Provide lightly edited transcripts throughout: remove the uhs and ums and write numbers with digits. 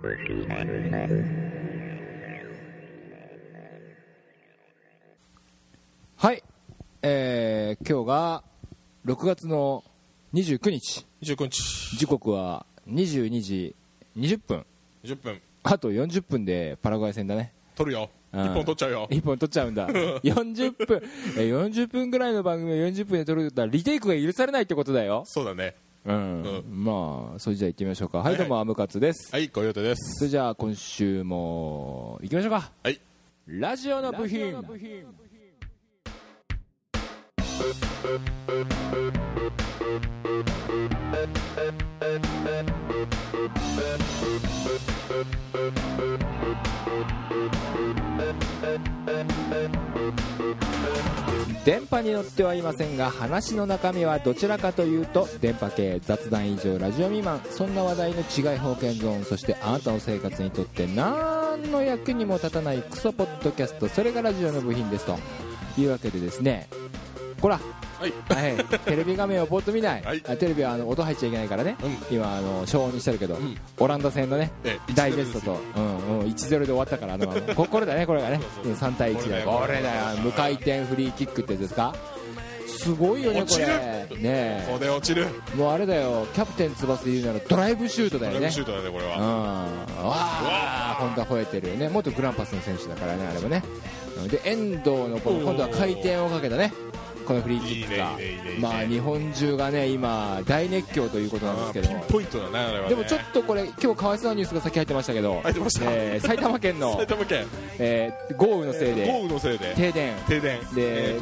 はい、今日が6月の29日時刻は22時20分あと40分でパラグアイ戦だね。 取るよ、1本取っちゃうよ。 1本取っちゃうんだ40分ぐらいの番組を40分で取るとリテイクが許されないってことだよ。 そうだね。 まあそれじゃあ行ってみましょうか。はい、どうもアムカツです。 はい、コヨテです。 それじゃあ今週も行きましょうか。 はい、 ラジオの部品。電波に乗ってはいませんが、話の中身はどちらかというと電波系、雑談以上ラジオ未満、そんな話題の違い方見ゾーン、そしてあなたの生活にとって何の役にも立たないクソポッドキャスト、それがラジオの部品ですというわけでですね、こら、はいテレビ画面をぼーっと見ない、テレビは音入っちゃいけないからね、今消音にしてるけど、オランダ戦のね、ダイジェストと、1-0で終わったからこれだね、これがね3対1で、これだよ、無回転フリーキックってやつですか。すごいよねこれね。 これ落ちる、 もうあれだよ、キャプテン翼で言うならドライブシュートだよね。 ドライブシュートだねこれは。 わあ、本当は吠えてるよね。元グランパスの選手だからね、あれもね。で遠藤の今度は回転をかけたね、このフリーキックが、まあ日本中がね今大熱狂ということなんですけど、 ピンポイントだねあれはね。 でもちょっとこれ今日かわいそうなニュースが先入ってましたけど、埼玉県の豪雨のせいで停電で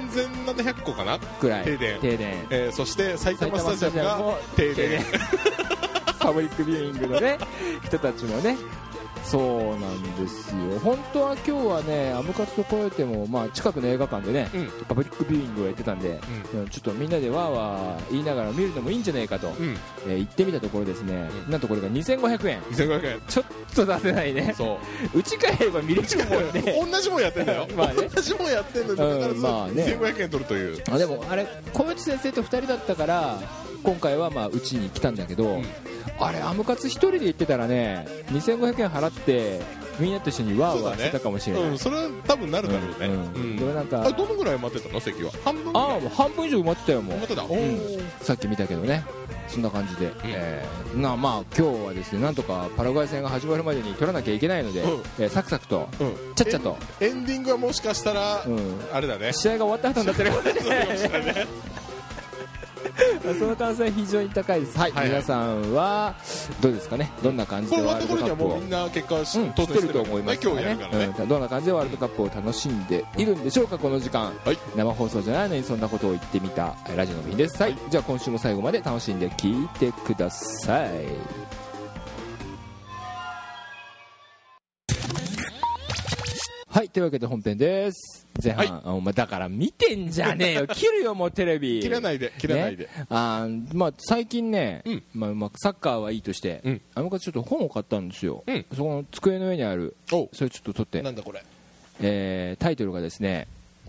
3700個かなくらい停電、そして埼玉スタジアムが停電パブリックビューイングのね人たちもね、そうなんですよ。本当は今日はね、アムカツとコヨテも、まあ、近くの映画館でね、パブリックビューイングをやってたんで、ちょっとみんなでわーわー言いながら見るのもいいんじゃないかと、言ってみたところですね、なんとこれが2500円ちょっと出せないね。そううち帰れば見れちゃうもんね同じもんやってんだよまあ、ね、同じもんやってんのにだからまあね、 2500円取るという。 でもあれコヨテ先生と2人だったから今回はまあうちに来たんだけど、あれアムカツ1人で行ってたらね、2500円払ってみんなと一緒にワーワーしてたかもしれない。 それは多分なるだろうね。でもなんかどのぐらい待ってたの席は？半分？もう半分以上埋まってたよ。もうさっき見たけどね、そんな感じで、まあ今日はですね、なんとかパラグアイ戦が始まるまでに取らなきゃいけないので、サクサクとちゃっちゃと。 エンディングはもしかしたらあれだね、 試合が終わった後になってるねその可能性は非常に高いです。はい、皆さんはどうですかね、どんな感じでワールドカップを、 みんな結果は知ってると思いますからね、どんな感じでワールドカップを楽しんでいるんでしょうか。この時間、生放送じゃないのにそんなことを言ってみたラジオの部品です。はい、じゃあ今週も最後まで楽しんで聞いてください。はい、というわけで本編です。前半、お前だから見てんじゃねえよ切るよもうテレビ切らないで、ね、 まあ最近ね、まあサッカーはいいとして、あの方ちょっと本を買ったんですよ、そこの机の上にある、それちょっと取って、 なんだこれ、 タイトルがですね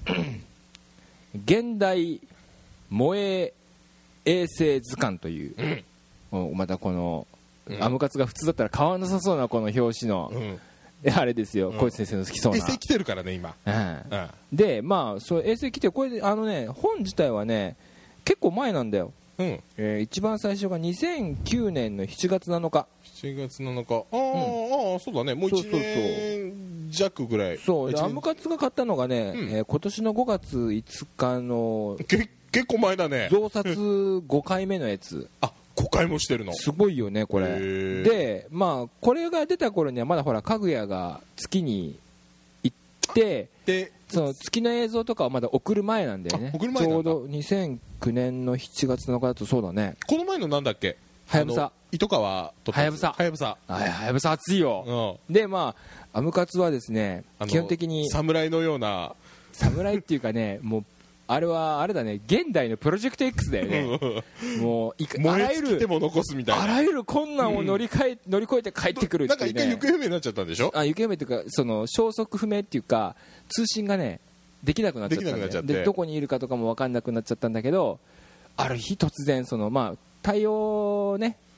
現代萌え衛星図鑑という、またこの、アムカツが普通だったら買わなさそうなこの表紙の、あれですよ、小市先生の好きそうな衛星来てるからね今、 でまあそう衛星来て、これ本自体はね結構前なんだよ、一番最初が2009年の7月7日 7月7日、そうだね、もう1年弱ぐらい。 そうでアムカツが買ったのがね、今年の5月5日の結構前だね、 増刷5回目のやつ 5回もしてるの、 すごいよねこれで、まあこれが出た頃にはまだほらかぐやが月に行ってでその月の映像とかはまだ送る前なんだよね。ちょうど2009年の7月7日だと、そうだね、 この前のなんだっけ、 はやぶさ、 糸川とはやぶさ熱いよ、でまあアムカツはですね基本的に侍のような、 侍っていうかね、もうあれはあれだね、現代のプロジェクト X だよねもうあらゆるあらゆる困難を乗り越えて帰ってくるっていうね。 なんか一回行方不明になっちゃったんでしょ。 行方不明っていうか、その消息不明っていうか通信がねできなくなっちゃったんだよ。でどこにいるかとかも分かんなくなっちゃったんだけど、ある日突然そのまあ対応ね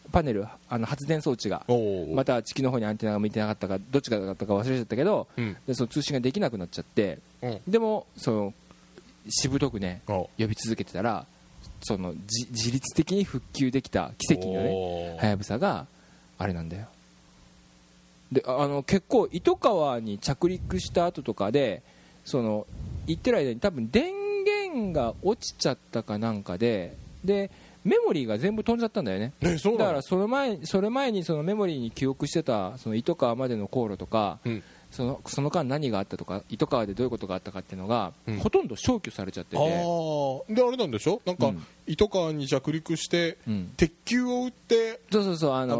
パネル発電装置がまた地球の方にアンテナが向いてなかったかどっちがだったか忘れちゃったけど、でその通信ができなくなっちゃって、でもそのしぶとくね呼び続けてたらその自律的に復旧できた奇跡のねはやぶさがあれなんだよ。で結構糸川に着陸した後とかでその行ってる間に多分電源が落ちちゃったかなんかでメモリーが全部飛んじゃったんだよね。 そうだからそれ前にそのメモリーに記憶してたその糸川までの航路とか、その間何があったとか糸川でどういうことがあったかっていうのが、ほとんど消去されちゃってて、 であれなんでしょなんか、糸川に着陸して、鉄球を撃って砂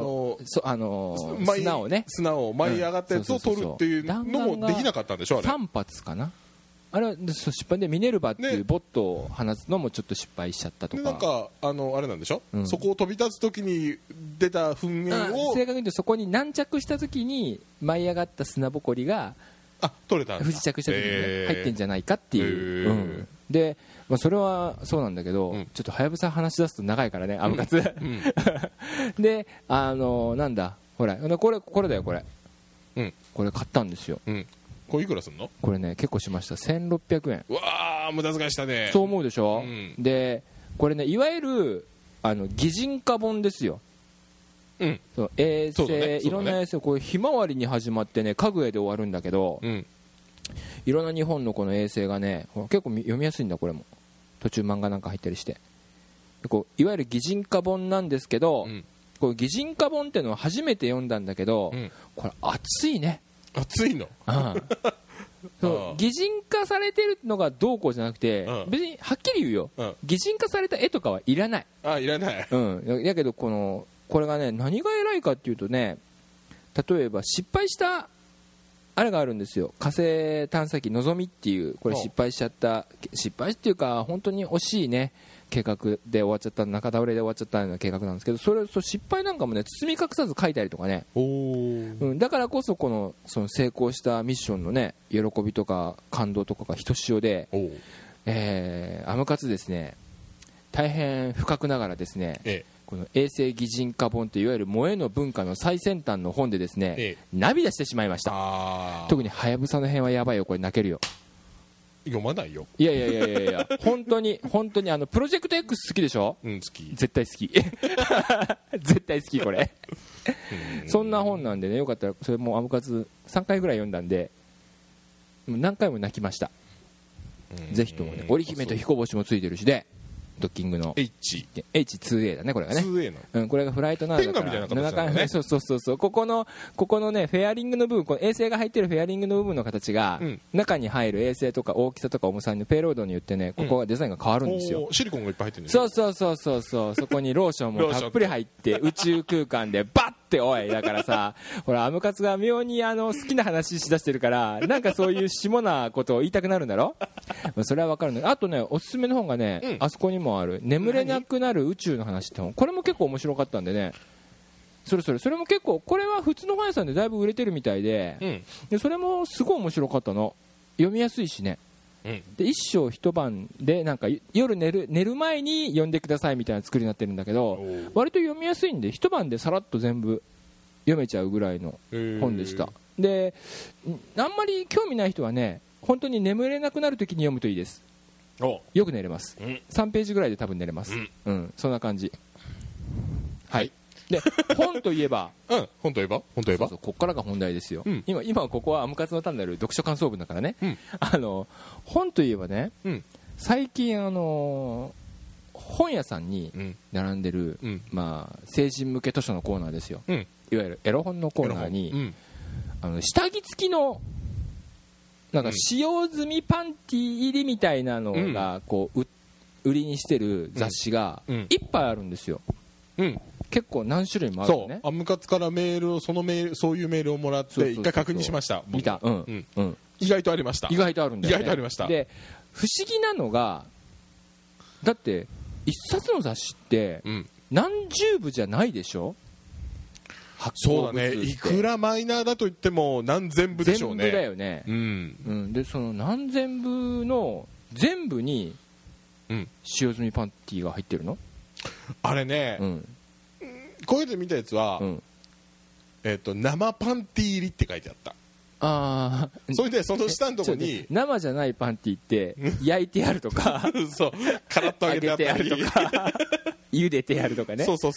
を舞い上がったやつを取るっていうのもできなかったんでしょあれ 3発かなあれは失敗でミネルヴァっていうボットを放つのもちょっと失敗しちゃったとか、 なんかあれなんでしょ、そこを飛び立つ時に出た噴煙を正確に言うとそこに軟着した時に舞い上がった砂ぼこりが取れたんだ不時着した時に、入ってんじゃないかっていう、で、それはそうなんだけど、ちょっとはやぶさ話し出すと長いからねアムカツ、でなんだほらこれだよこれ、これ買ったんですよ、 これいくらすんの？ これね結構しました。1600円。 うわー無駄遣いしたね。 そう思うでしょ、でこれねいわゆる擬人化本ですよ。そう衛星、いろんな衛星こうひまわりに始まってねかぐやで終わるんだけど、いろんな日本のこの衛星がね結構読みやすいんだ。これも途中漫画なんか入ったりしてこういわゆる擬人化本なんですけど、こう擬人化本っていうのは初めて読んだんだけど、これ熱いね。 熱いのそう擬人化されてるのがどうこうじゃなくて、別にはっきり言うよ、擬人化された絵とかはいらない。 いらない、 だけどこれがね何が偉いかっていうとね、例えば失敗したあれがあるんですよ。火星探査機のぞみっていうこれ失敗っていうか本当に惜しいね計画で終わっちゃった中倒れで終わっちゃったような計画なんですけど、それ失敗なんかもね包み隠さず書いたりとかね、だからこそその成功したミッションのね喜びとか感動とかがひとしおで、アムカツですね大変不覚ながらですね、この衛星擬人化本といういわゆる萌えの文化の最先端の本でですね、涙してしまいました。特にはやぶさの辺はやばいよ、これ泣けるよ。 読まないよ。 いや本当にプロジェクト X 好きでしょ。 好き。 絶対好き絶対好きこれそんな本なんでね、よかったらそれもアムカツ3回ぐらい読んだんでもう何回も泣きました。ぜひともね、織姫と彦星もついてるしでドッキングの H2A だねこれがね。 2A の、 これがフライトナーだからペンガみたいな形だね。 そうここのねフェアリングの部分、この衛星が入ってるフェアリングの部分の形が、中に入る衛星とか大きさとか重さのペイロードによってね、ここがデザインが変わるんですよ。 シリコンがいっぱい入ってるんですよ。 そうそこにローションもたっぷり入って宇宙空間でバッておいだからさほらアムカツが妙に好きな話しだしてるからなんかそういう下なことを言いたくなるんだろそれは分かるんだけど、あとねおすすめの本がね、あそこにもある眠れなくなる宇宙の話って本、これも結構面白かったんでね、それも結構これは普通の本屋さんでだいぶ売れてるみたいで、それもすごい面白かったの。読みやすいしね、で一生一晩でなんか夜寝る前に読んでくださいみたいな作りになってるんだけど、割と読みやすいんで一晩でさらっと全部読めちゃうぐらいの本でした。であんまり興味ない人はね本当に眠れなくなるときに読むといいです。よく寝れます、3ページぐらいで多分寝れます、そんな感じ。はいで本といえば本といえばそうこっからが本題ですよ、今ここはアムカツの単なる読書感想文だからね、本といえばね、最近本屋さんに並んでる、成人向け図書のコーナーですよ、いわゆるエロ本のコーナーに、下着付きのなんか使用済みパンティ入りみたいなのがこう売りにしてる雑誌がいっぱいあるんですよ、結構何種類もあるのね。 アムカツからそういうメールをもらって一回確認しました。 見た、 意外とありました。 意外とあるんだよね。 意外とありました。 で不思議なのがだって一冊の雑誌って何十部じゃないでしょ。 そうだね、いくらマイナーだと言っても何千部でしょうね。 全部だよね、でその何千部の全部に使用済みパンティが入ってるの、 あれね、 こういうの見たやつは、生パンティー入りって書いてあった。 ああ、 それでその下のところに生じゃないパンティって焼いてあるとかそうカラッと揚げてあったり揚げてあるとか茹でてあるとかね。 そう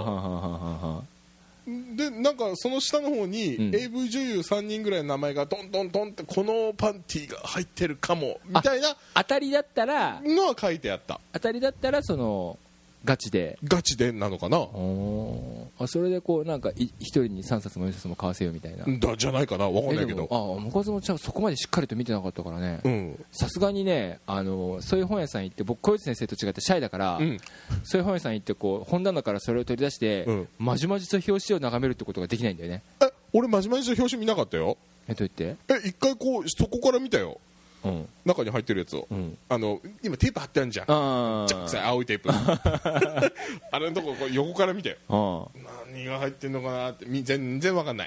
でなんかその下の方に AV 女優3人ぐらいの名前がトントントンってこのパンティが入ってるかもみたいな当たりだったらのは書いてあった。 当たりだったらそのガチでなのかな。 それでこうなんか一人に3冊も4冊も買わせようみたいなじゃないかな、分かんないけど。 僕はそこまでしっかりと見てなかったからね。さすがにね、そういう本屋さん行って、僕小内先生と違ってシャイだから、そういう本屋さん行ってこう本棚からそれを取り出して、まじまじと表紙を眺めるってことができないんだよね。 俺まじまじと表紙見なかったよ。 どう言って？ 一回こうそこから見たよ。中に入ってるやつを、今テープ貼ってあるじゃん、青いテープあれのとこ横から見て何が入ってんのかなって全然わかんない。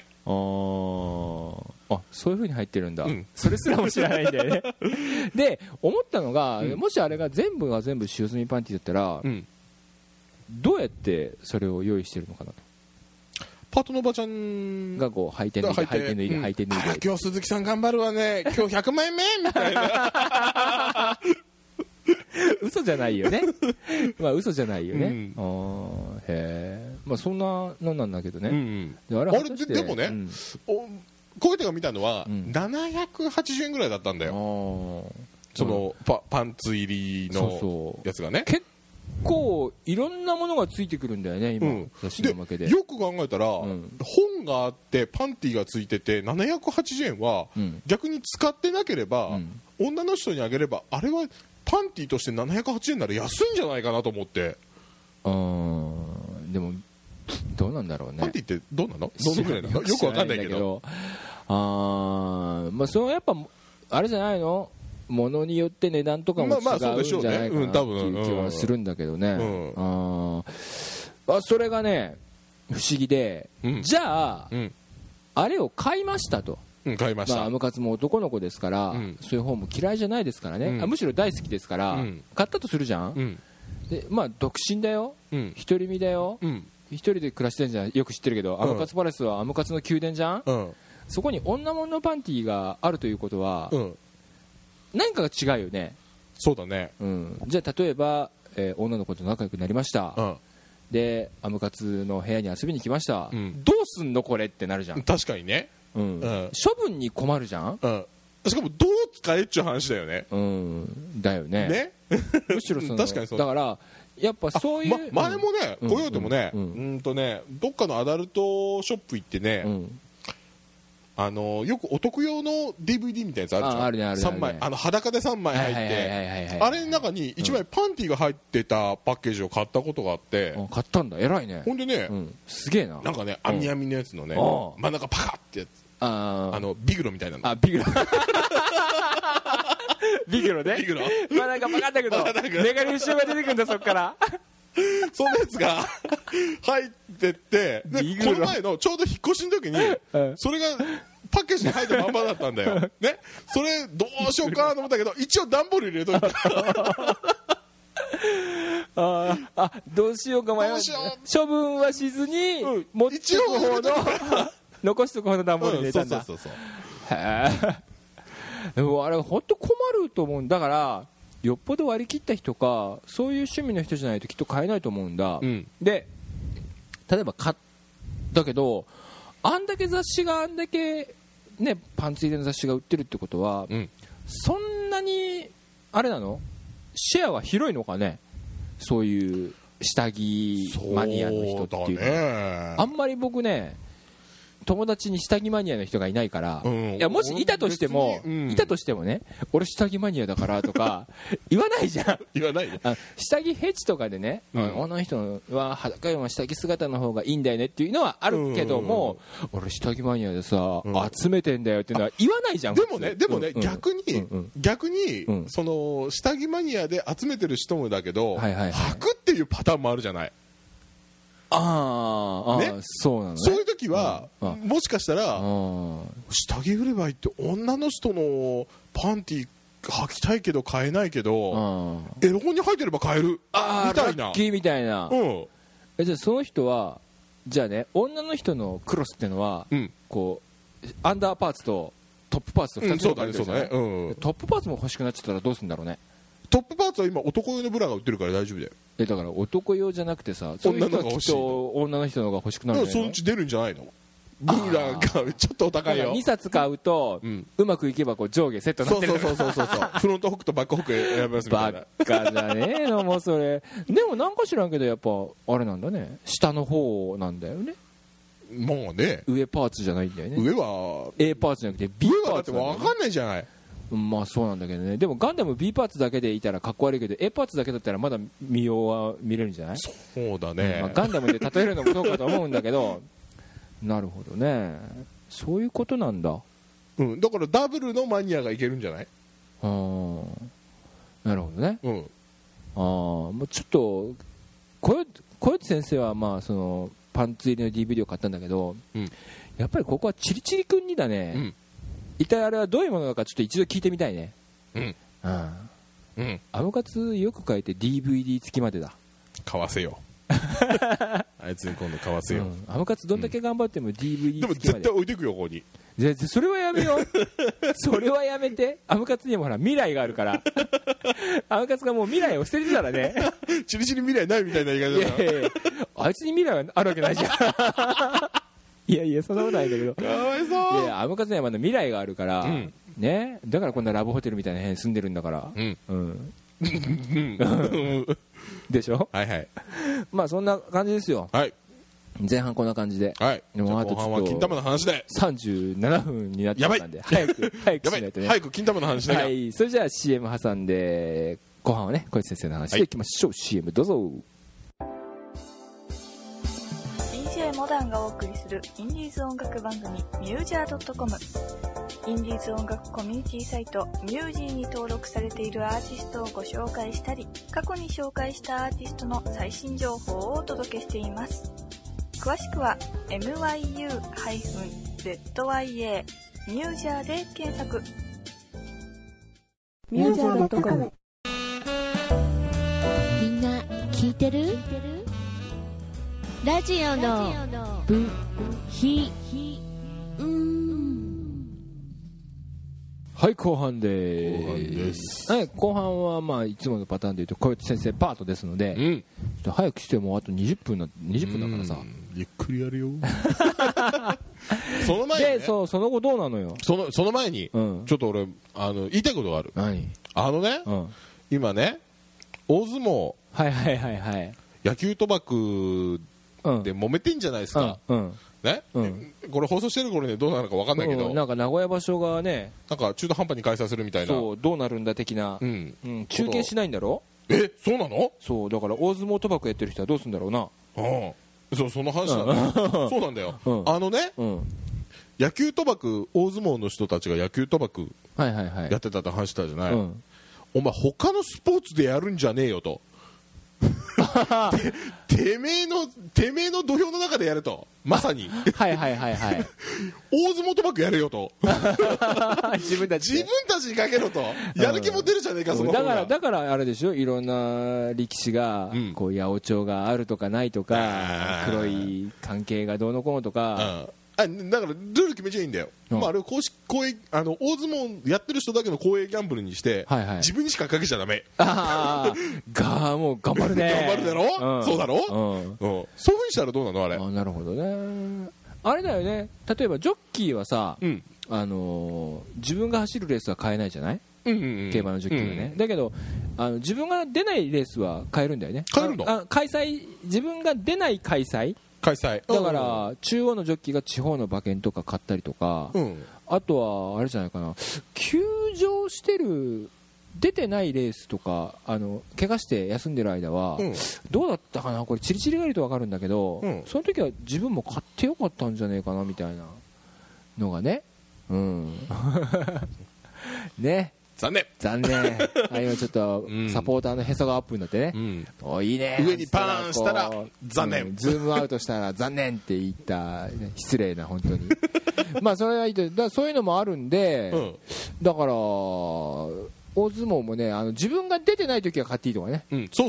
そういう風に入ってるんだ、それすらも知らないんだよねで思ったのが、もしあれが全部が全部使用済みパンティだったら、どうやってそれを用意してるのかなと。 パートのおばちゃんがこう履いて脱いで履いて脱いで、 今日鈴木さん頑張るわね、今日100枚目みたいな嘘じゃないよね嘘じゃないよね。へえ、そんなのなんだけどね。 あれでもね、こういう手が見たのは780円ぐらいだったんだよ。そのパンツ入りのやつがね。 結構いろんなものがついてくるんだよね今、雑誌の負けで。 よく考えたら、本があってパンティがついてて780円は、逆に使ってなければ、女の人にあげればあれはパンティとして780円なら安いんじゃないかなと思って。 でもどうなんだろうね。 パンティってどうなの、どのぐらいなのよくわかんないけど、 それはやっぱあれじゃないの、ものによって値段とかも違うんじゃないかなっていう気はするんだけどね。それがね不思議で、じゃああれを買いましたと。 買いました。 アムカツも男の子ですから、そういう本も嫌いじゃないですからね、むしろ大好きですから、買ったとするじゃん。で独身だよ、独り身だよ、一人で暮らしてるんじゃん。よく知ってるけど、アムカツパレスはアムカツの宮殿じゃん。そこに女物のパンティがあるということは、何かが違うよね。 そうだね。 じゃあ例えば、女の子と仲良くなりました、でアムカツの部屋に遊びに来ました、どうすんのこれってなるじゃん。 確かにね。 処分に困るじゃん。 しかもどう使えっちゅう話だよね。 だよね。むしろ確かにそうだからやっぱそういう、 前もね、こういうのもね、どっかのアダルトショップ行ってね、よくお得用の DVD みたいなやつあるじゃん。3枚裸で3枚入って、あれの中に1枚パンティが入ってたパッケージを買ったことがあって。 買ったんだ、偉いね。 ほんでね、 すげえな。 なんかね、網網のやつのね、真ん中パカッってやつ、ビグロみたいなの。 ビグロビグロね。なんかパカッだけどメガネ後ろが出てくるんだ、そっからそのやつが入ってってで、この前のちょうど引っ越しの時にそれがパッケージに入ったまんまだったんだよ、ね、それどうしようかなと思ったけど一応段ボール入れといたどうしようか迷う。処分はしずに持っていく方の残しとく方の段ボールに入れたんだ。でもあれ本当困ると思うんだから、よっぽど割り切った人かそういう趣味の人じゃないときっと買えないと思うんだ。で例えばだけどあんだけ雑誌があんだけねパンツ入れの雑誌が売ってるってことは、そんなにあれなの、シェアは広いのかね、そういう下着マニアの人っていうのは。あんまり僕ね友達に下着マニアの人がいないから、いやもしいたとしてもね、俺下着マニアだからとか言わないじゃん。 言わないね。 下着フェチとかでね、女の人は裸よりも下着姿の方がいいんだよねっていうのはあるけども、俺下着マニアでさ、集めてんだよっていうのは言わないじゃん。 でもね逆にその下着マニアで集めてる人もだけど、履くっていうパターンもあるじゃない。そうなのね。そういう時はもしかしたら下着売ればいいって、女の人のパンティ履きたいけど買えないけどエロ本に入ってれば買えるみたいな、 ラッキーみたいな。じゃあその人はじゃあね、女の人のクロスっていうのは、こうアンダーパーツとトップパーツと2つ分かれてるじゃない。トップパーツも欲しくなっちゃったらどうするんだろうね。 トップパーツは今男用のブラが売ってるから大丈夫だよ。 だから男用じゃなくてさ、そういう人はきっと女の人の方が欲しくなるんじゃないの。そのうち出るんじゃないの。ブラがちょっとお高いよ。 2冊買うと、うまくいけばこう上下セットになってる。 そうフロントホックとバックホック選びますみたいな。 バカじゃねえのもうそれ。でもなんか知らんけどやっぱあれなんだね、下の方なんだよね。 まあね、 上パーツじゃないんだよね。 上は A パーツじゃなくて B パーツなんだよね。上はだって分かんないじゃない。 まあそうなんだけどね。でもガンダム B パーツだけでいたらかっこ悪いけど A パーツだけだったらまだ見ようは見れるんじゃない。 そうだね、 ガンダムで例えるのもそうかと思うんだけどなるほどね、そういうことなんだ。 だからダブルのマニアがいけるんじゃない。 なるほどね。もうちょっと小内先生はまあそのパンツ入りの DVD を買ったんだけど、やっぱりここはチリチリ君にだね、一体あれはどういうものなのかちょっと一度聞いてみたいね。アムカツよく書いて DVD 付きまでだ。 買わせよあいつに今度買わせよ。 アムカツどんだけ頑張っても DVD 付きまで。 でも絶対置いてくよここに。 それはやめようそれはやめて。アムカツにもほら未来があるからアムカツがもう未来を捨ててたらねチリチリ未来ないみたいな言い方だな。 あいつに未来はあるわけないじゃんいやいやそんなことないんだけど、 かわいそう。 いやアムカツにはまだ未来があるから、ね、だからこんなラブホテルみたいな部屋に住んでるんだから、でしょ。 はいはい。 まあそんな感じですよ。はい。前半こんな感じで。 はい。でもあと後半は金玉の話で。 37分になっちゃったんで、早くしないとね。 早く金玉の話しなきゃ。 はい。それじゃあ CM 挟んで後半はね小市先生の話でいきましょう。CM どうぞ。 DJ モダンがお送りするインディーズ音楽番組ミュージャー .com。インディーズ音楽コミュニティサイトミュージーに登録されているアーティストをご紹介したり、過去に紹介したアーティストの最新情報をお届けしています。詳しくは myu-zya ミュージャーで検索。 ミュージャー .com。 みんな聞いてる？ラジオの部品。 はい、後半です。はい、後半はまあいつものパターンでいうと小内先生パートですので、ちょっと早くしてもあと20分だからさ、 ゆっくりやるよその前に、ね、 でその後どうなのよ。 その前に、ちょっと俺言いたいことがある。今ね大相撲、野球賭博で揉めてんじゃないですか、ね、これ放送してる頃にどうなるか分かんないけど、 なんか名古屋場所がねなんか中途半端に開催するみたいな。 そうどうなるんだ的な、中継しないんだろ。 そうなの。 そうだから大相撲賭博やってる人はどうするんだろうな。 その話なんだそうなんだよ、野球賭博、大相撲の人たちが野球賭博やってたって話したじゃない、お前他のスポーツでやるんじゃねえよとてめえの土俵の中でやれと、まさに大相撲賭博やれよと自分たちにかけろと、やる気も出るじゃねえか、その方が。 だからあれでしょ、いろんな力士がこう八百長があるとかないとか、黒い関係がどうのこうのとか、 だからルール決めちゃいいんだよ、あれを公営大相撲やってる人だけの公営ギャンブルにして、自分にしかかけちゃダメもう頑張るね頑張るだろ、そうだろ、そういうふうにしたらどうなのあれ。 なるほどね。あれだよね、例えばジョッキーはさ、自分が走るレースは変えないじゃない、競馬のジョッキーはね、だけど自分が出ないレースは変えるんだよね。 変えるの？ 自分が出ない開催だから中央のジョッキーが地方の馬券とか買ったりとか、あとはあれじゃないかな、休場してる出てないレースとか怪我して休んでる間は、どうだったかな、これチリチリがいると分かるんだけど、その時は自分も買ってよかったんじゃねえかなみたいなのがね、ね、残念今ちょっとサポーターのへそがアップになってね、いいね上にパーンしたら残念、 ズームアウトしたら残念って言った、失礼な本当にまあそれはいいと、そういうのもあるんで、だから大相撲もね自分が出てない時は買っていいとかね、 そう、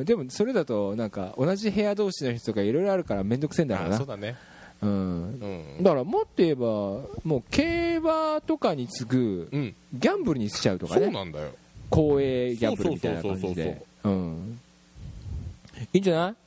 でもそれだとなんか同じ部屋同士の人がいろいろあるから面倒くせえんだろうな。 そうだね、 だからもっと言えばもう競馬とかに次ぐギャンブルにしちゃうとかね。 そうなんだよ、 公営ギャンブルみたいな感じでいいんじゃない？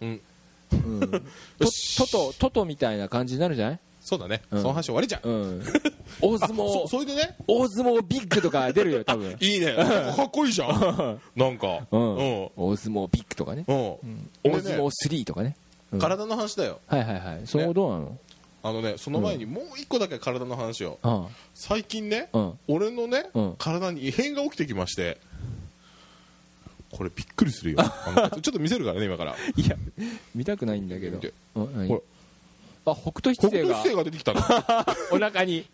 トトみたいな感じになるんじゃない？ そうだね、その話終わりじゃん。 大相撲、 それでね、 大相撲ビッグとか出るよ多分。 いいね、かっこいいじゃん。なんか大相撲ビッグとかね、大相撲3とかね。 体の話だよ。 はいはいはい。それどうなの？ その前にもう一個だけ体の話を。最近ね、俺のね体に異変が起きてきまして、これびっくりするよ。ちょっと見せるからね今から。 いや見たくないんだけど。あ、北斗七星が出てきたの。 お腹に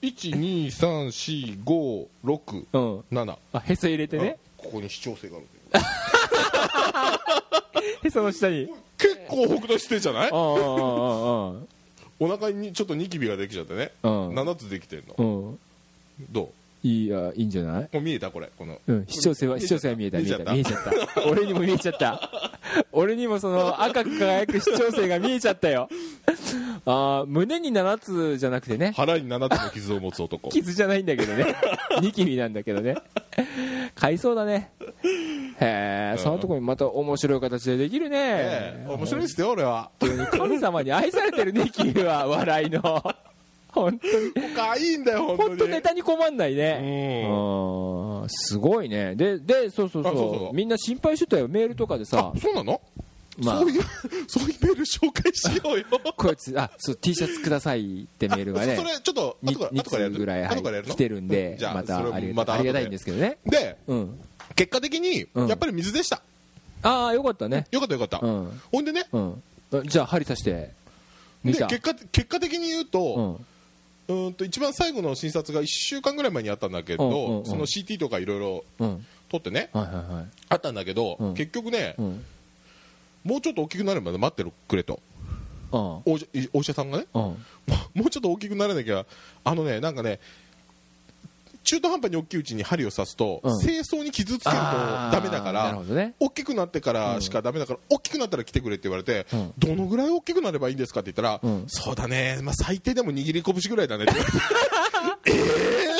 1,2,3,4,5,6,7 へそ入れてね、 ここに視聴性がある。 へその下に結構北斗七星じゃない？お腹にちょっとニキビができちゃってね、7つできてんの。どう？ いや、いいんじゃない？ もう見えたこれ、この視聴性は見えた俺にも見えちゃった。俺にもその赤く輝く視聴性が見えちゃったよ。胸に7つじゃなくてね、 腹に7つの傷を持つ男。 傷じゃないんだけどね、ニキビなんだけどね。買いそうだね。へえ、そのところにまた面白い形でできるね。 面白いですよ俺は。 神様に愛されてるね君は。笑いの本当にかいいんだよ本当に。 ネタに困んないね。すごいね。でそうみんな心配してたよ、メールとかでさ。 そうなの？そういうメール紹介しようよ。 こいつそう T シャツくださいってメールがね、 それちょっと 2つぐらい来てるんで、またありがたいんですけどね。 で結果的にやっぱり水でした。 よかったね。 よかったほんでね、 じゃあ針刺して見た。 結果的に言うと一番最後の診察が1週間ぐらい前にあったんだけど、その CT とかいろいろ取ってね、あったんだけど、結局ね、もうちょっと大きくなるまで待ってくれと、お医者さんがね、もうちょっと大きくならなきゃ、なんかね、中途半端に大きいうちに針を刺すと精巣に傷つけるとダメだから、大きくなってからしかダメだから、大きくなったら来てくれって言われて、どのぐらい大きくなればいいんですかって言ったら、そうだね、最低でも握り拳ぐらいだねって言われて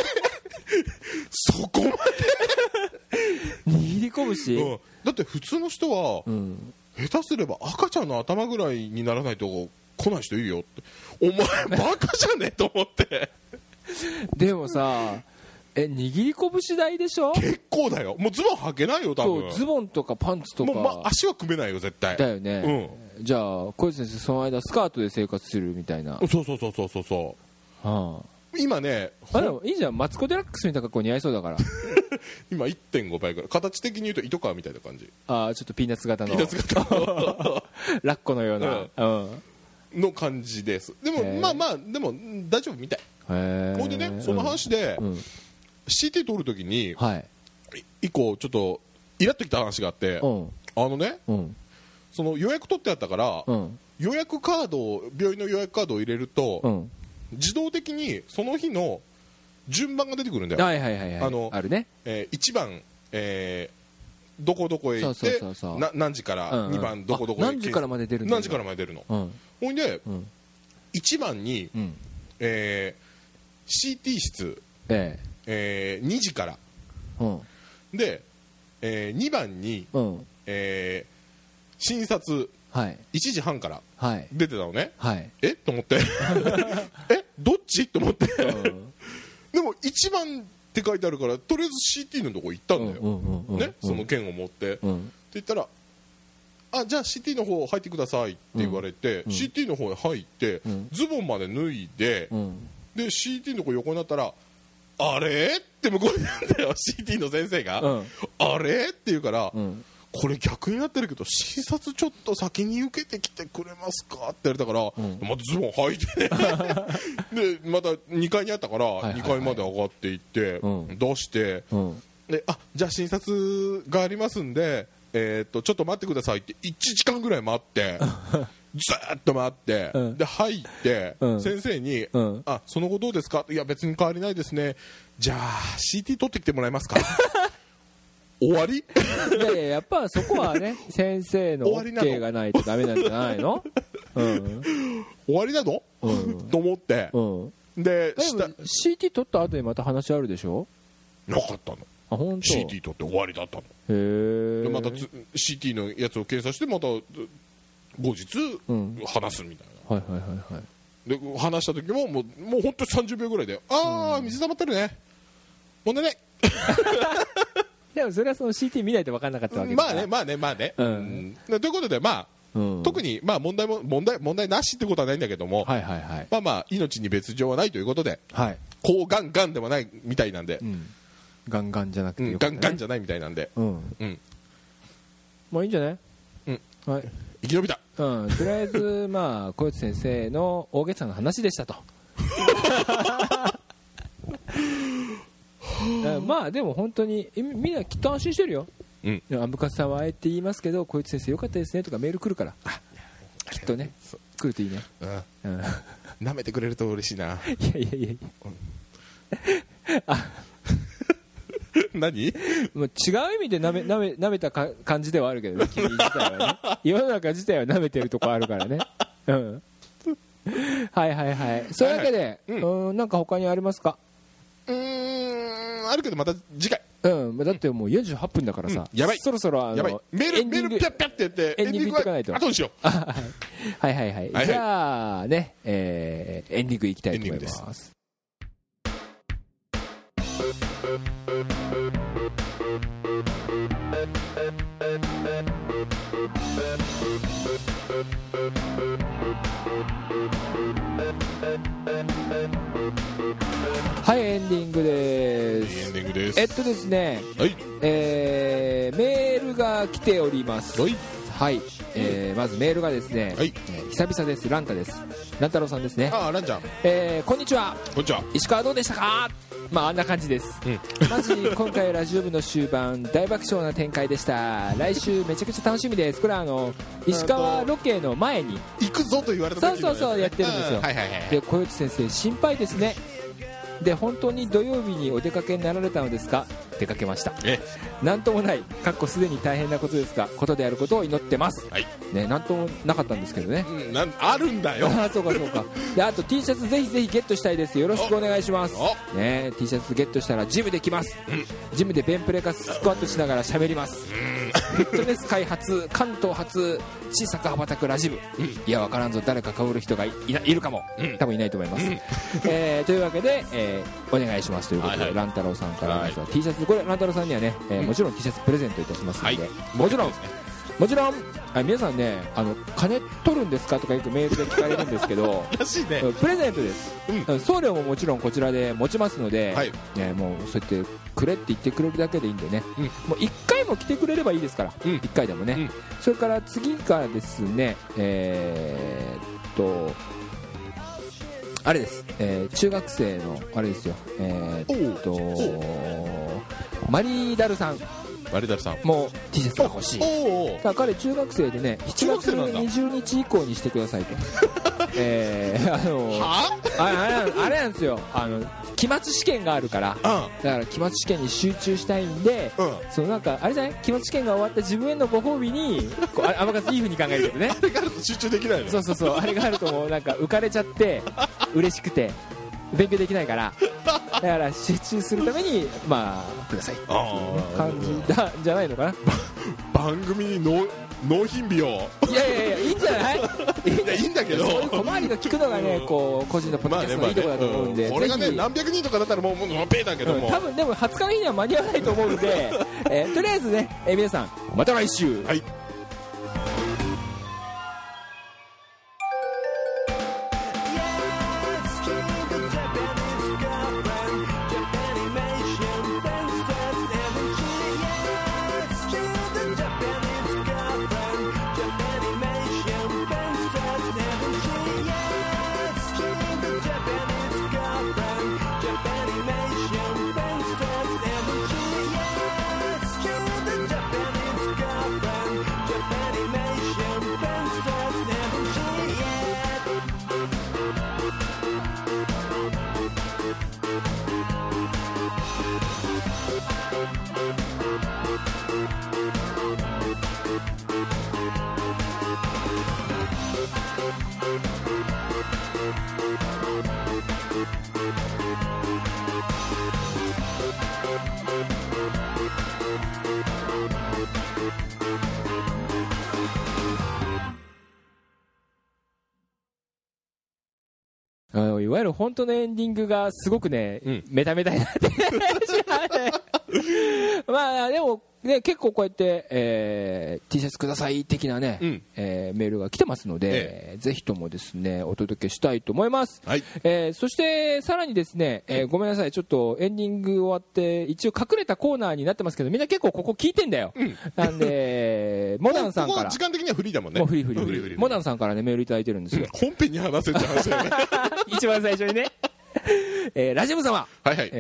そこまで握り拳、 だって普通の人は下手すれば赤ちゃんの頭ぐらいにならないと来ない人いるよって、お前バカじゃねえと思って。 でもさ、握り拳台でしょ。 結構だよ、もうズボン履けないよ多分。 そう、ズボンとかパンツとかもう、足は組めないよ絶対だよね。じゃあ小泉先生その間スカートで生活するみたいな。 そう、今ね、 でもいいじゃん、マツコ・デラックスみたいな格好似合いそうだから。 今 1.5 倍ぐらい、形的に言うと糸川みたいな感じ。 ちょっとピーナッツ型のラッコのようなの感じです。でもでも大丈夫みたい。ほんでね、その話で CT 取るときに一個ちょっとイラっときた話があって、その予約取ってあったから予約カードを、病院の予約カードを入れると自動的にその日の順番が出てくるんだよ。 あるね。 1番どこどこへ行って何時から2番どこどこへ、 何時からまで出るの。 何時からまで出るの。ほんで1番に CT 室2時からで2番に診察1時半から出てたのね。と思ってどっちと思ってでも1番って書いてあるからとりあえず CT のとこ行ったんだよね、その券を持ってって言ったら、じゃあ CT の方入ってくださいって言われて CT の方へ入ってズボンまで脱いでで CT のとこ横になったら、あれって向こうになんだよ CT の先生が、あれって言うから、これ逆になってるけど診察ちょっと先に受けてきてくれますかって言われたから、またズボン履いてねでまた2階にあったから2階まで上がっていって出してで、じゃあ診察がありますんでちょっと待ってくださいって1時間ぐらい待ってずーっと待って、で入って、先生に、その後どうですか、いや別に変わりないですね、じゃあ CT 取ってきてもらえますか終わり？ いやいや、やっぱそこはね先生の OK がないとダメなんじゃないの？うん、 終わりなの？うん、と思って、うん、で CT 取った後にまた話あるでしょ？ なかったの。 あ、本当。 CT 取って終わりだったの。 へえ。 でまたCT のやつを検査してまた後日話すみたいな、 はいはいはいはい。 で話した時ももう本当に30秒ぐらいで、ああ水溜まってるね、問題ないでもそれはその CT 見ないと分かんなかったわけですから。 まあね、うん、ということでまあ、うん、特にまあ問題なしってことはないんだけども、 はいはいはい、 まあ命に別状はないということで、はい、抗がんでもないみたいなんで、うん、 ガンガンじゃなくてよかったね、ガンじゃないみたいなんで、うんうん、 まあいいんじゃない、 うん、はい、生き延びた、 うん、とりあえずまあ小内先生の大げさな話でしたとまあでも本当にみんなきっと安心してるよ、うん、アンブカツさんはあえて言いますけど小内先生よかったですねとかメール来るから、きっとね来るといいね、 うん、舐めてくれると嬉しいな。 いや、あ何もう違う意味で舐めた感じではあるけどね、君自体はね世の中自体は舐めてるとこあるからね、うん、はいはいはい。そういうわけで、はいはい、なんか他にありますか？ あるけどまた次回。 うん、だってもう48分だからさ、 やばい、 そろそろやばい、メールピャッピャってやってエンディングいってかないと。 後にしようはいはいはい、はい、じゃあね、エンディングいきたいと思います。はい、エンディングです。 エンディングです。 ですね、 はい、 メールが来ております。はい、はい、まずメールがですね、はい、久々です。ランタです。ランタロウさんですね。 あ、ランちゃん、 こんにちは。 こんにちは。 石川どうでしたか？まああんな感じです、うん、まず今回ラジオ部の終盤大爆笑な展開でした。来週めちゃくちゃ楽しみです。これは石川ロケの前に行くぞと言われた時に、 そうやってるんですよ、はいはいはい、で小内先生心配ですね。で本当に土曜日にお出かけになられたのですか？出かけました。なんともないすでに大変なことですがことであることを祈ってます、はいね、なんともなかったんですけどね、 うん、あるんだよそうかであと T シャツぜひゲットしたいです。よろしくお願いします、ね、T シャツゲットしたらジムできます、うん、ジムでベンプレかスクワットしながら喋ります、フィットネス開発関東初小さく羽ばたくラジブ、いやわからんぞ誰か被る人がいるかも、多分いないと思います、というわけで、お願いしますということで、はいはい、ランタロウさんからまずは T シャツ、これランタロウさんにはね、もちろん T シャツプレゼントいたしますので、はい、もちろん皆さんね金取るんですかとかよくメールで聞かれるんですけどらしいね、 プレゼントです、うん、送料ももちろんこちらで持ちますので、はいもうそうやってくれって言ってくれるだけでいいんでね、もう1回も来てくれればいいですから、1回でもね、それから次がですねあれです、中学生のあれですよマリダルさんもう T シャツが欲しい。だから彼中学生でね7月20日以降にしてくださいとあれなんですよ、期末試験があるから、だから期末試験に集中したいんで、そのなんかあれじゃない、期末試験が終わった自分へのご褒美にあまかついい風に考えるけどねあれがあると集中できないの。 そうあれがあるともうなんか浮かれちゃって嬉しくて勉強できないからだから集中するためにまあくださいっていう感じじゃないのかな番組に納品日をいやいいんじゃないいいんだけど、 そういう小回りが聞くのがね個人のポッドキャストのいいところだと思うんで、 俺がね何百人とかだったらもうペーだけども、 多分でも20日の日には間に合わないと思うんでとりあえずね皆さんまた来週。 はい。 ゆる本当のエンディングがすごくね、メタメタになってまあでもね、結構こうやって、T シャツください的なね、メールが来てますので、ぜひともですねお届けしたいと思います、はい。そしてさらにですね、ごめんなさい、ちょっとエンディング終わって一応隠れたコーナーになってますけど、みんな結構ここ聞いてんだよ、なんでモダンさんからここ時間的にはフリーだもんね。 もうフリーモダンさんからねメールいただいてるんですよ、 本編に話せって話だよね一番最初にねラジオ様、 はいはい、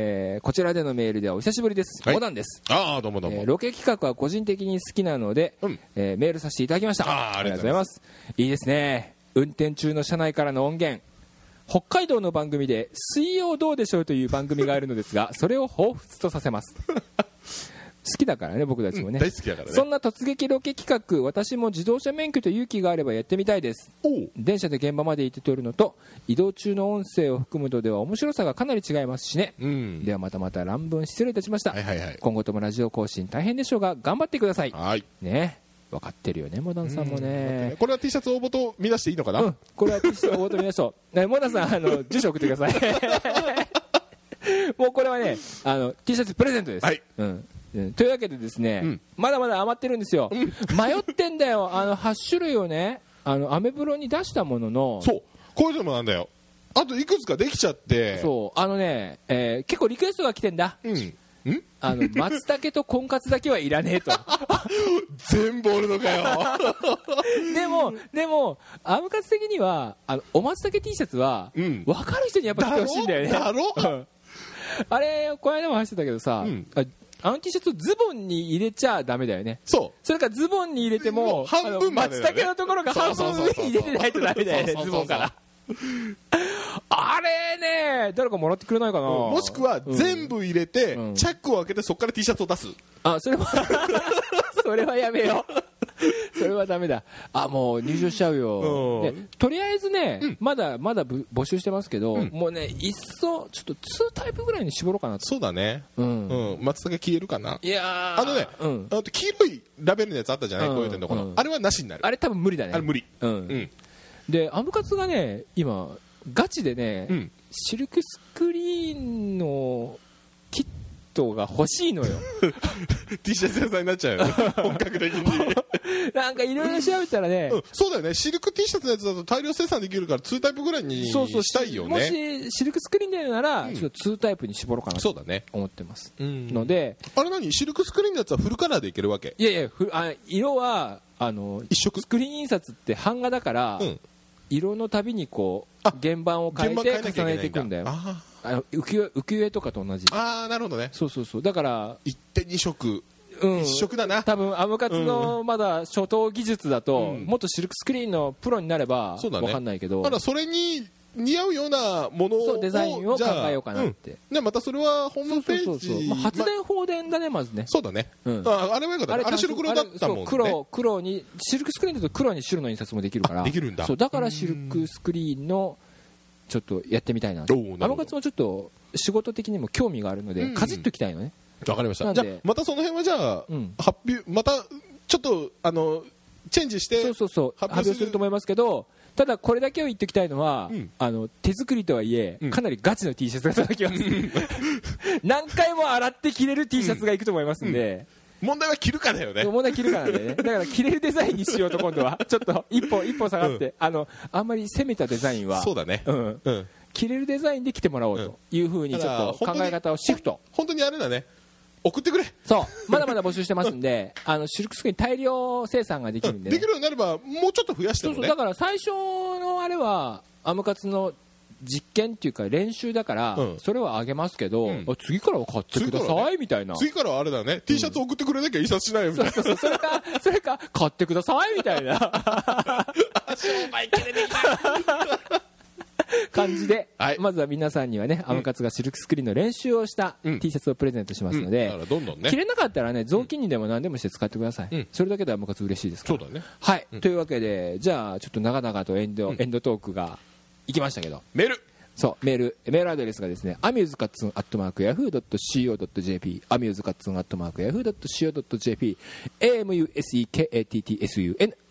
こちらでのメールではお久しぶりです、モダンです。 あ、どうもどうも。 ロケ企画は個人的に好きなので、メールさせていただきました。ありがとうございます。いいですね。運転中の車内からの音源、北海道の番組で水曜どうでしょうという番組があるのですが、それを彷彿とさせます好きだからね、僕たちもね、 大好きだからね。 そんな突撃ロケ企画、私も自動車免許と勇気があればやってみたいです。電車で現場まで行って撮るのと移動中の音声を含むのでは面白さがかなり違いますしね、ではまた乱文失礼いたしました、今後ともラジオ更新大変でしょうが頑張ってください、ね。分かってるよね、モダンさんもね。 これは T シャツ応募と見出していいのかな、 これは T シャツ応募と見出しとモダンさん住所送ってくださいもうこれはねT シャツプレゼントです、というわけでですね、まだまだ余ってるんですよ、迷ってんだよ、8種類をねアメブロに出したものの、 そうこういうのもなんだよ、あといくつかできちゃって、 そう結構リクエストが来てんだ、松茸と婚活だけはいらねえと全部おるのかよでもアムカツ的にはお松茸 T シャツは、分かる人にやっぱ着てほしいんだよね。 だろあれこの間も話してたけどさ、T シャツをズボンに入れちゃダメだよね。それからズボンに入れても半分までだよね、 松茸のところが半分上に入れてないとダメだよね、ズボンからあれね、誰かもらってくれないかな、 もしくは全部入れて、チャックを開けてそこから T シャツを出す。 それはやめようそれはダメだ。もう入場しちゃうよ、でとりあえずね、まだ募集してますけど、もうねいっそちょっと2タイプぐらいに絞ろうかなと。 そうだね、松茸消えるかな。 いや黄色いラベルのやつあったじゃない、こういう点のこの、あれはなしになる。 あれ多分無理だね。 あれ無理。 でアムカツがね今ガチでね、シルクスクリーンのキットが欲しいのよ T シャツ屋さんになっちゃうよね本格的になんかいろいろ調べたらね、 そうだよね、シルク T シャツのやつだと大量生産できるから2タイプぐらいにしたいよね。 もしシルクスクリーンでやるなら、ちょっと2タイプに絞ろうかなと思ってます、ので、 あれ何、シルクスクリーンのやつはフルカラーでいけるわけ？ いやいや、色は一色、スクリーン印刷って版画だから、色のたびにこう原版を変えて重ねていくんだよ。浮世絵とかと同じ。 なるほどね。 そうだから一点二色、一色だな。 多分アムカツのまだ初頭技術だと、もっとシルクスクリーンのプロになれば分かんないけど、 ただそれに似合うようなものをデザインを考えようかなって、 またそれはホームページ、 発電放電だね、まずね。 そうだね、あれはよかったね。あれ白黒だったもんね。 黒にシルクスクリーンだと黒に白の印刷もできるから、 できるんだ。 そうだからシルクスクリーンのちょっとやってみたいな。アムカツもちょっと仕事的にも興味があるので、かじっときたいのね。 わかりました。じゃあまたその辺はじゃあ、発表またちょっとチェンジして発表すると思いますけど、ただこれだけを言っておきたいのは、手作りとはいえ、かなりガチの T シャツが届きます何回も洗って着れる T シャツがいくと思いますんで、 問題は着るかだよね。 問題着るかなんでね。だから着れるデザインにしようと、今度はちょっと一歩下がって、あんまり攻めたデザインはそうだね、 着れるデザインで着てもらおうというふうにちょっと考え方をシフト。 本当にあれだね、送ってくれ。 そうまだまだ募集してますんでシルクスクリーン大量生産ができるんで、 できるようになればもうちょっと増やしてもね。 だから最初のあれはアムカツの実験っていうか練習だから、それはあげますけど、次からは買ってくださいみたいな。 次からはあれだね、T シャツ送ってくれなきゃ印刷しないよみたいな。 それか買ってくださいみたいな商売切れてきた感じで、まずは皆さんにはね、アムカツがシルクスクリーンの練習をした T シャツをプレゼントしますので、着れなかったらね、雑巾にでも何でもして使ってください。それだけでアムカツ嬉しいですから。 そうだね。 はい、というわけで、じゃあちょっと長々とエンドトークがいきましたけど、 メールメールアドレスがですね、amusekattsun@yahoo.jp、 amusekattsun@yahoo.co.jp、 amusekatsun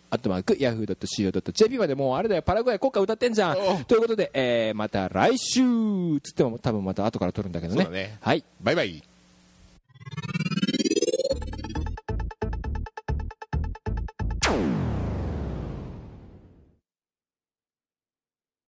yahoo.co.jp まで。もうあれだよ、パラグアイ国歌歌ってんじゃんということで、また来週つっても多分また後から撮るんだけどね。 そうだね。 はい、 バイバイ。